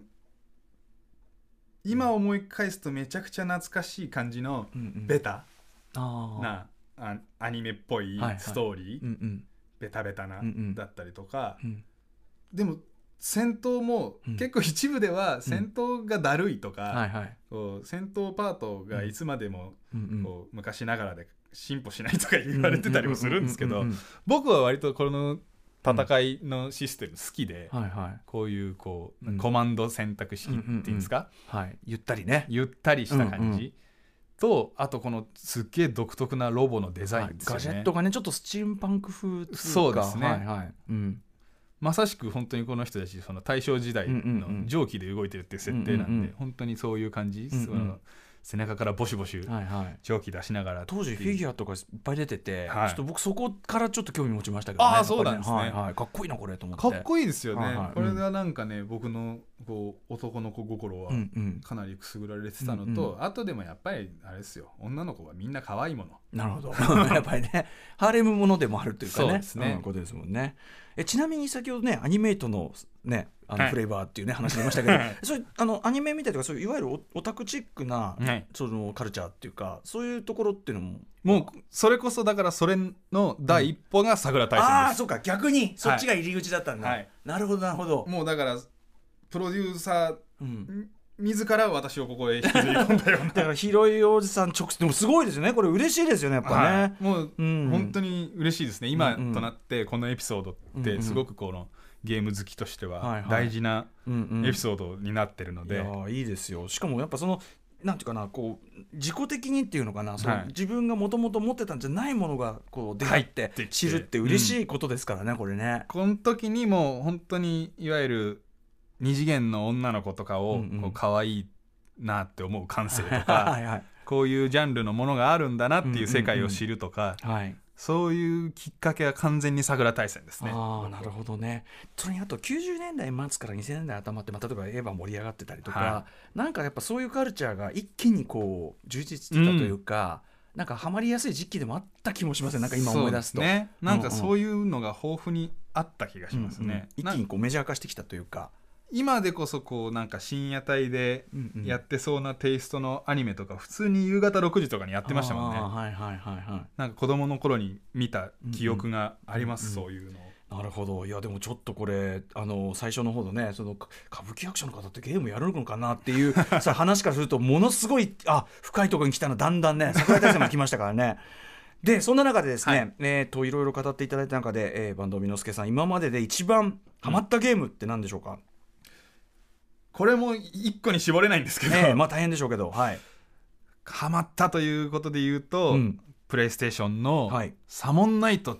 今思い返すとめちゃくちゃ懐かしい感じのベタなアニメっぽいストーリー、ベタベタなだったりとか、でも戦闘も結構一部では戦闘がだるいとか、こう戦闘パートがいつまでもこう昔ながらで進歩しないとか言われてたりもするんですけど、僕は割とこの戦いのシステム好きで、こういうこうコマンド選択式っていうんですか、 ゆったりね、 ゆったりした感じと、あとこのすっげえ独特なロボのデザインですよね。 ガジェットがねちょっとスチームパンク風というか、 そうですね、まさしく本当にこの人たちその大正時代の蒸気で動いてるっていう設定なんで、本当にそういう感じ、その背中からボシボシ蒸気出しながら、 当時フィギュアとかいっぱい出てて、ちょっと僕そこからちょっと興味持ちましたけどね。 そうなんですね、 かっこいいなこれと思って。 かっこいいですよね、これがなんかね僕のこう男の子心はかなりくすぐられてたのと、あとでもやっぱりあれですよ、女の子はみんな可愛いもの。 なるほどやっぱりねハーレムものでもあるというかね、 そうですね、 ことですもんね。ちなみに先ほどねアニメイトのねフレーバーっていうね話ありましたけど、そういうアニメみたいとかそういういわゆるオタクチックな、そのカルチャーっていうかそういうところっていうのももうそれこそだからそれの第一歩が桜大戦です。 そうか、逆にそっちが入り口だったんだ、なるほどなるほど。 もうだからプロデューサー、自ら私をここへ引きずり込んだようなだから広いおじさん直接でもすごいですよね、これ嬉しいですよねやっぱね、 もう、本当に嬉しいですね今となってこのエピソードってすごくこのゲーム好きとしては大事なエピソードになってるので、 いいですよ。しかもやっぱそのなんていうかな、こう自己的にっていうのかな、自分がもともと持ってたんじゃないものがこう出会って知るって嬉しいことですからね、これね。 この時にもう本当にいわゆる二次元の女の子とかをこう可愛いなって思う感性とかこういうジャンルのものがあるんだなっていう世界を知るとか、そういうきっかけは完全に桜大戦ですね。 なるほどね。それにあと90年代末から2000年代頭って、例えばエヴァ盛り上がってたりとか、なんかやっぱそういうカルチャーが一気にこう充実してたというか、なんかハマりやすい時期でもあった気もしません、なんか今思い出すと。 そうですね、なんかそういうのが豊富にあった気がしますね、 一気にこうメジャー化してきたというか。 今でこそこうなんか深夜帯でやってそうなテイストのアニメとか普通に夕方6時とかにやってましたもんね。なんか子供の頃に見た記憶があります、そういうの。 なるほど。いやでもちょっとこれ最初の方のね、その歌舞伎役者の方ってゲームやるのかなっていうさ話からするとものすごい深いところに来たのだんだんね、桜大戦も来ましたからね。でそんな中でですね、いろいろ語っていただいた中で、坂東巳之助さん今までで一番ハマったゲームって何でしょうか。 これも一個に絞れないんですけど、 大変でしょうけど、 ハマったということで言うと、プレイステーションのサモンナイト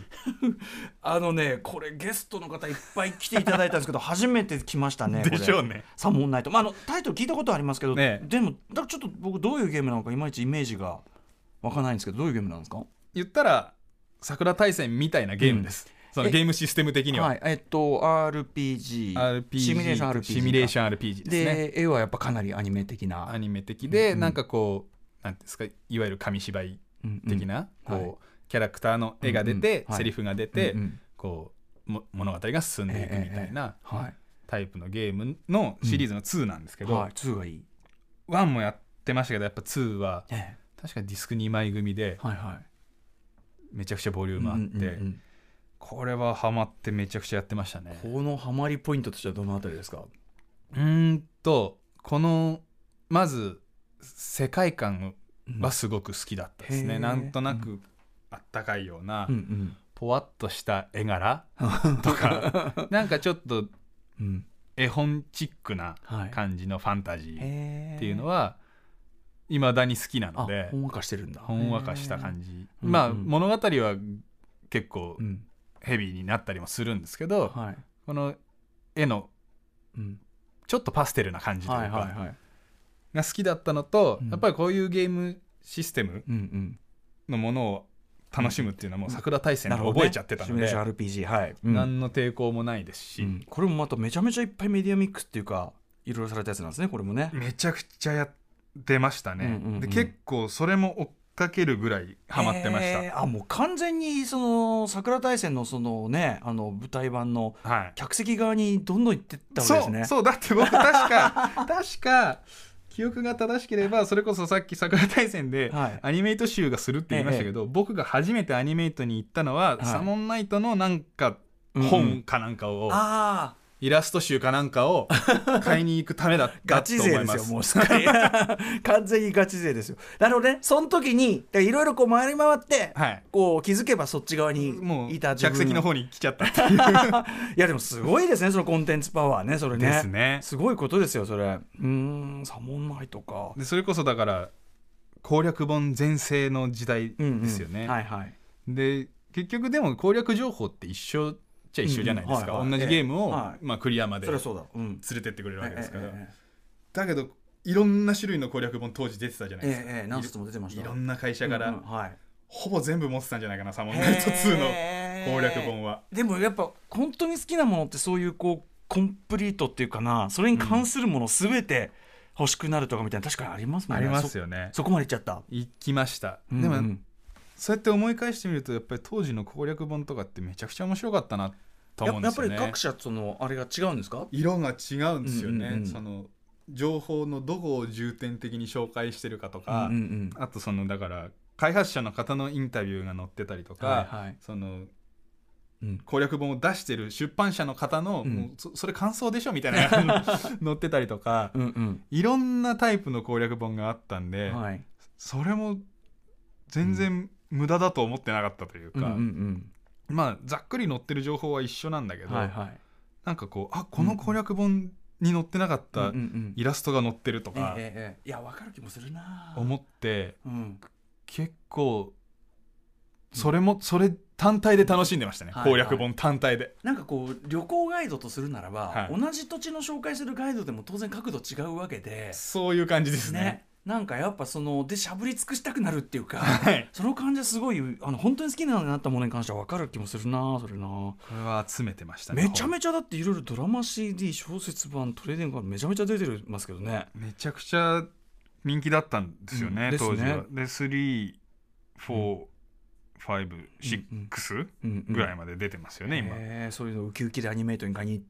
2 これゲストの方いっぱい来ていただいたんですけど初めて来ましたね。 でしょうね。 サモンナイト、タイトル聞いたことありますけど、でもちょっと僕どういうゲームなのかいまいちイメージがわからないんですけど、どういうゲームなんですか。 言ったら桜大戦みたいなゲームです、そのゲームシステム的には、 RPG シミュレーション RPG シミュレーション RPG ですね。 で絵はやっぱかなりアニメ的で、なんかこうなんですか、いわゆる紙芝居的な、こうキャラクターの絵が出て、セリフが出て、こう物語が進んでいくみたいなタイプのゲームのシリーズの2なんですけど、 2がいい。 1もやってましたけどやっぱ2は確かディスク2枚組でめちゃくちゃボリュームあって、これはハマってめちゃくちゃやってましたね。 このハマりポイントとしてはどのあたりですか。 このまず世界観はすごく好きだったですね、なんとなくあったかいような、ぽわっとした絵柄とかなんかちょっと絵本チックな感じのファンタジーっていうのは未だに好きなので、 ほんわかしてるんだ。 ほんわかした感じ、物語は結構ヘビーになったりもするんですけど、この絵のちょっとパステルな感じというかが好きだったのと、やっぱりこういうゲームシステムのものを楽しむっていうのはもう桜大戦で覚えちゃってたので、 シミュレーション RPG、 何の抵抗もないですし、 これもまためちゃめちゃいっぱいメディアミックスっていうかいろいろされたやつなんですね、これもね。 めちゃくちゃやってましたね、で結構それも大かけるぐらいハマってました、 もう完全にその桜大戦のそのね舞台版の客席側にどんどん行ってったわけですね、 そうだって僕確か記憶が正しければそれこそさっき桜大戦でアニメイト集がするって言いましたけど、僕が初めてアニメイトに行ったのは、サモンナイトのなんか本かなんかを、イラスト集かなんかを買いに行くためだったと思います。ガチ勢ですよ、もうすっかり完全にガチ勢ですよ。なるほどね。その時にいろいろこう回り回って、こう気づけばそっち側にいた自分、 客席の方に来ちゃったっていういやでもすごいですね、そのコンテンツパワーね、それね。 ですね。 すごいことですよそれ。サモンナイトか。 でそれこそだから攻略本全盛の時代ですよね。で結局でも攻略情報って一緒じゃ一緒じゃないですか、同じゲームを、クリアまで連れてってくれるわけですから、だけどいろんな種類の攻略本当時出てたじゃないですか、 何冊も出てました。 いろんな会社から、ほぼ全部持ってたんじゃないかな、サモンナイト2の攻略本は。 でもやっぱ本当に好きなものってそういうこうコンプリートっていうかな、それに関するもの全て欲しくなるとかみたいな、確かにありますもんね。 ありますよね。 そこまでいっちゃった。 行きました、でもそうやって思い返してみるとやっぱり当時の攻略本とかってめちゃくちゃ面白かったなと思うんですよね。 やっぱり各社そのあれが違うんですか？ 色が違うんですよね、その情報のどこを重点的に紹介してるかとか、あとそのだから開発者の方のインタビューが載ってたりとか、その攻略本を出してる出版社の方の、もうそれ感想でしょみたいな載ってたりとか、いろんなタイプの攻略本があったんで、それも全然無駄だと思ってなかったというか、まあざっくり載ってる情報は一緒なんだけど、なんかこうこの攻略本に載ってなかったイラストが載ってるとか、 いや分かる気もするな思って、結構それ単体で楽しんでましたね、攻略本単体で。 なんかこう旅行ガイドとするならば、同じ土地の紹介するガイドでも当然角度違うわけで、 そういう感じですね。 なんかやっぱそのでしゃぶり尽くしたくなるっていうか、その感じはすごい本当に好きになったものに関しては分かる気もするな。それな、これは集めてましたね。 めちゃめちゃだっていろいろドラマ CD 小説版トレーディング版めちゃめちゃ出てますけどね。 めちゃくちゃ人気だったんですよね、当時は。で3、4、5、6ぐらいまで出てますよね、今。 そういうのウキウキでアニメイトに買いに行って、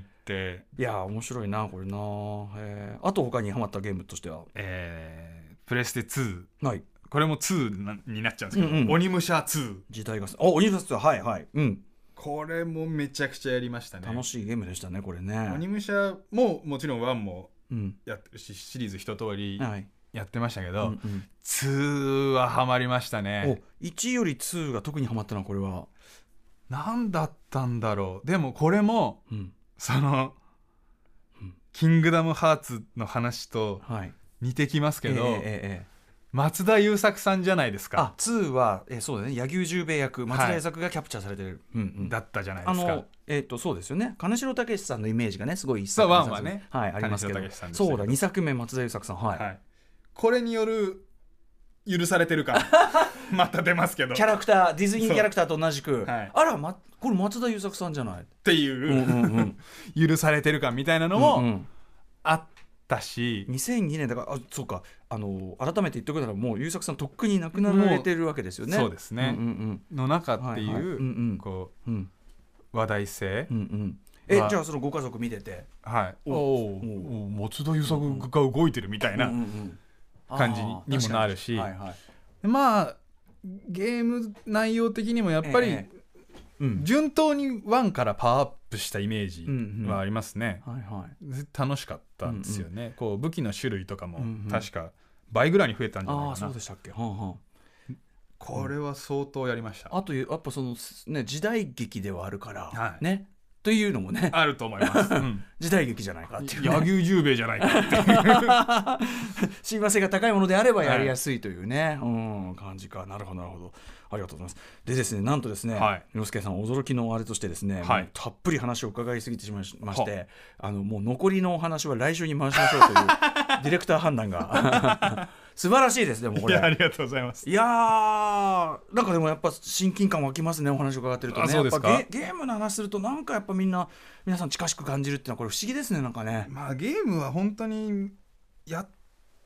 いや面白いなこれな。あと他にハマったゲームとしては、 プレステ2、これも2になっちゃうんですけど、鬼武者2。 時代が鬼武者2、 これもめちゃくちゃやりましたね。 楽しいゲームでしたねこれね。 鬼武者ももちろん1もやってるし、シリーズ一通りやってましたけど、2はハマりましたね。 1より2が特にハマったのはこれは何だったんだろう。でもこれも、その、キングダムハーツの話と似てきますけど、松田優作さんじゃないですか。 2は、そうだね、柳生十兵衛役松田優作がキャプチャーされてる、 だったじゃないですか。 そうですよね。金城武さんのイメージがねすごい一作目、1はね、 ありますけど、そうだ2作目松田優作さん、これによる許されてる感また出ますけど、 キャラクターディズニーキャラクターと同じく、これ松田優作さんじゃないっていう許されてる感みたいなのもあったし、 2002年だからそうか、改めて言っておくならもう優作さんとっくに亡くなられてるわけですよね。 そうですね、の中っていうこう話題性、 じゃあそのご家族見てて、 松田優作が動いてるみたいな感じにもなるし、まあゲーム内容的にもやっぱり順当に1からパワーアップしたイメージはありますね。楽しかったんですよね。こう武器の種類とかも確か倍ぐらいに増えたんじゃないかな。 そうでしたっけ。 これは相当やりました。 あとやっぱそのね時代劇ではあるからねというのもねあると思います。 時代劇じゃないかっていう、 柳生十兵衛じゃないかっていう親和性が高いものであればやりやすいというね、感じか。なるほどなるほど、ありがとうございます。でですね、なんとですね、洋介さん驚きのあれとしてですね、たっぷり話を伺いすぎてしまいまして、もう残りのお話は来週に回しましょうというディレクター判断が素晴らしいですね。もうこれありがとうございます。 いやーなんかでもやっぱ親近感湧きますね、お話を伺ってるとね。 そうですか。 やっぱゲームの話するとなんかやっぱ皆さん近しく感じるっていうのはこれ不思議ですね。なんかね、 まあゲームは本当にやっ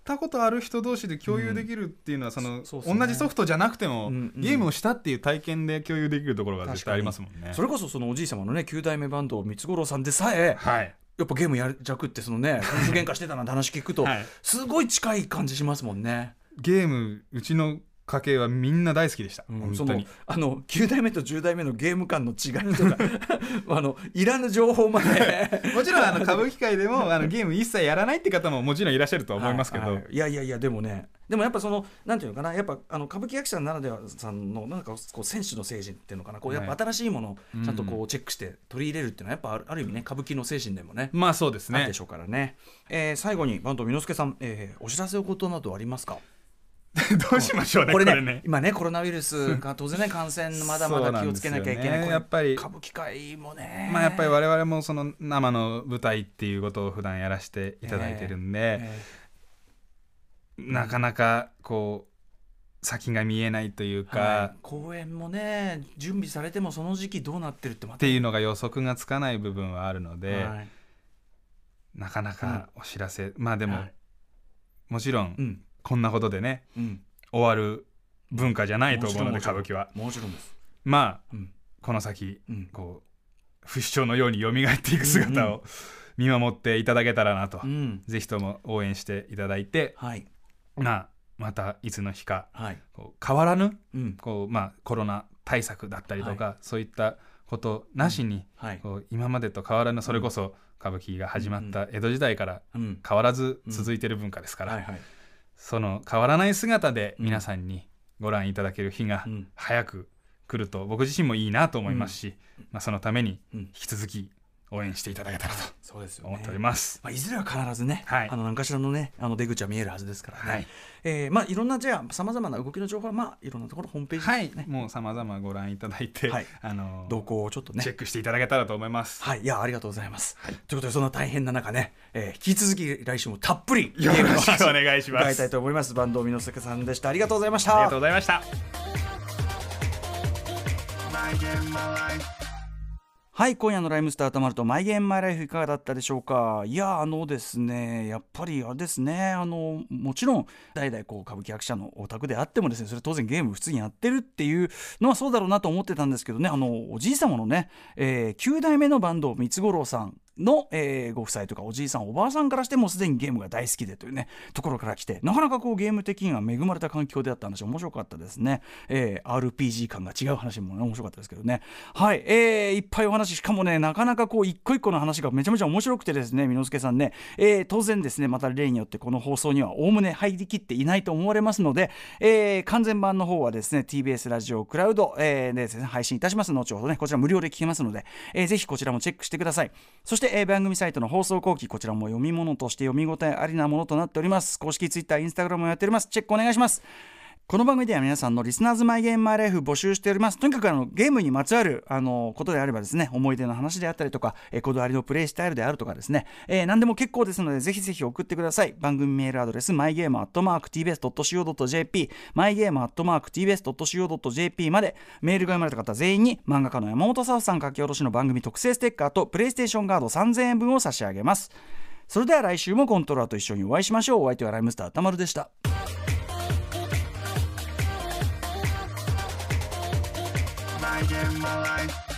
ったことある人同士で共有できるっていうのは、そのそうですね、 同じソフトじゃなくても、ゲームをしたっていう体験で共有できるところが絶対ありますもんね。 それこそそのおじい様のね9代目バンド三五郎さんでさえ、 はい、 やっぱゲームやる弱ってそのね夫婦喧嘩してたなんて話聞くと、はい、すごい近い感じしますもんね。 ゲームうちの家系はみんな大好きでした、本当に。 9代目と10代目のゲーム感の違いとかいらぬ情報までもちろん歌舞伎界でもゲーム一切やらないって方ももちろんいらっしゃるとは思いますけど、 いやでもね、でもやっぱそのなんていうのかな、やっぱ歌舞伎役者ならではさんのなんかこう選手の精神っていうのかな、こうやっぱ新しいものをちゃんとこうチェックして取り入れるっていうのはやっぱある意味ね歌舞伎の精神でもね、 まあそうですね、 あるでしょうからね。最後に坂東巳之助さん、お知らせのことなどありますか？ どうしましょうね、 これね今ねコロナウイルスが当然ね感染まだまだ気をつけなきゃいけない、 やっぱり歌舞伎界もね、 まあ、やっぱり我々もその生の舞台っていうことを普段やらせていただいてるんで、なかなかこう先が見えないというか、 公演もね準備されてもその時期どうなってるっていうのが予測がつかない部分はあるので、なかなかお知らせ、まあでも、もちろん、こんなことでね、終わる文化じゃないと思うので、歌舞伎はもちろんです。 まあ、この先、こう不死鳥のように蘇っていく姿を見守っていただけたらなと、ぜひとも応援していただいて、またいつの日か、こう変わらぬ、こうコロナ対策だったりとか、そういったことなしに、こう今までと変わらぬ、それこそ歌舞伎が始まった江戸時代から変わらず続いている文化ですから、その変わらない姿で皆さんにご覧いただける日が早く来ると僕自身もいいなと思いますし、そのために引き続き応援していただけたらと思っております。 いずれは必ずね、何かしらのね出口は見えるはずですからね。いろんなじゃあさまざまな動きの情報はいろんなところホームページ、 もうさまざまご覧いただいて、 動向をちょっとねチェックしていただけたらと思います。 いやありがとうございます。ということでそんな大変な中ね、引き続き来週もたっぷりよろしくお願いします。 伺いたいと思います。坂東巳之助さんでした。ありがとうございました。 ありがとうございました。 はい、今夜のライムスターたまるとマイゲームマイライフいかがだったでしょうか。いやですね、やっぱりあれですね、もちろん代々こう歌舞伎役者のお宅であってもですね、それ当然ゲーム普通にやってるっていうのはそうだろうなと思ってたんですけどね、おじい様のね、9代目のバンド三五郎さんの、ご夫妻とかおじいさんおばあさんからしてもすでにゲームが大好きでというねところから来て、なかなかこうゲーム的には恵まれた環境であった話面白かったですね。RPG 感が違う話も、ね、面白かったですけどね。はい、いっぱいお話、しかもねなかなかこう一個一個の話がめちゃめちゃ面白くてですね、巳之助さんね、当然ですねまた例によってこの放送にはおおむね入りきっていないと思われますので、完全版の方はですね TBS ラジオクラウド、でですね、配信いたします。後ほどねこちら無料で聞けますので、ぜひこちらもチェックしてください。そして番組サイトの放送後期、こちらも読み物として読み応えありなものとなっております。公式ツイッター、インスタグラムもやっております。チェックお願いします。この番組では皆さんのリスナーズマイゲームマイライフ募集しております。とにかくゲームにまつわることであればですね、思い出の話であったりとか、こだわりのプレイスタイルであるとかですね、何でも結構ですのでぜひぜひ送ってください。番組メールアドレス mygame@tbs.co.jp mygame@tbs.co.jp まで。メールが読まれた方全員に漫画家の山本沙帆さん書き下ろしの番組特製ステッカーとプレイステーションガード3000円分を差し上げます。それでは来週もコントローラーと一緒にお会いしましょう。お相手はライムスターたまるでした。 My game, my life.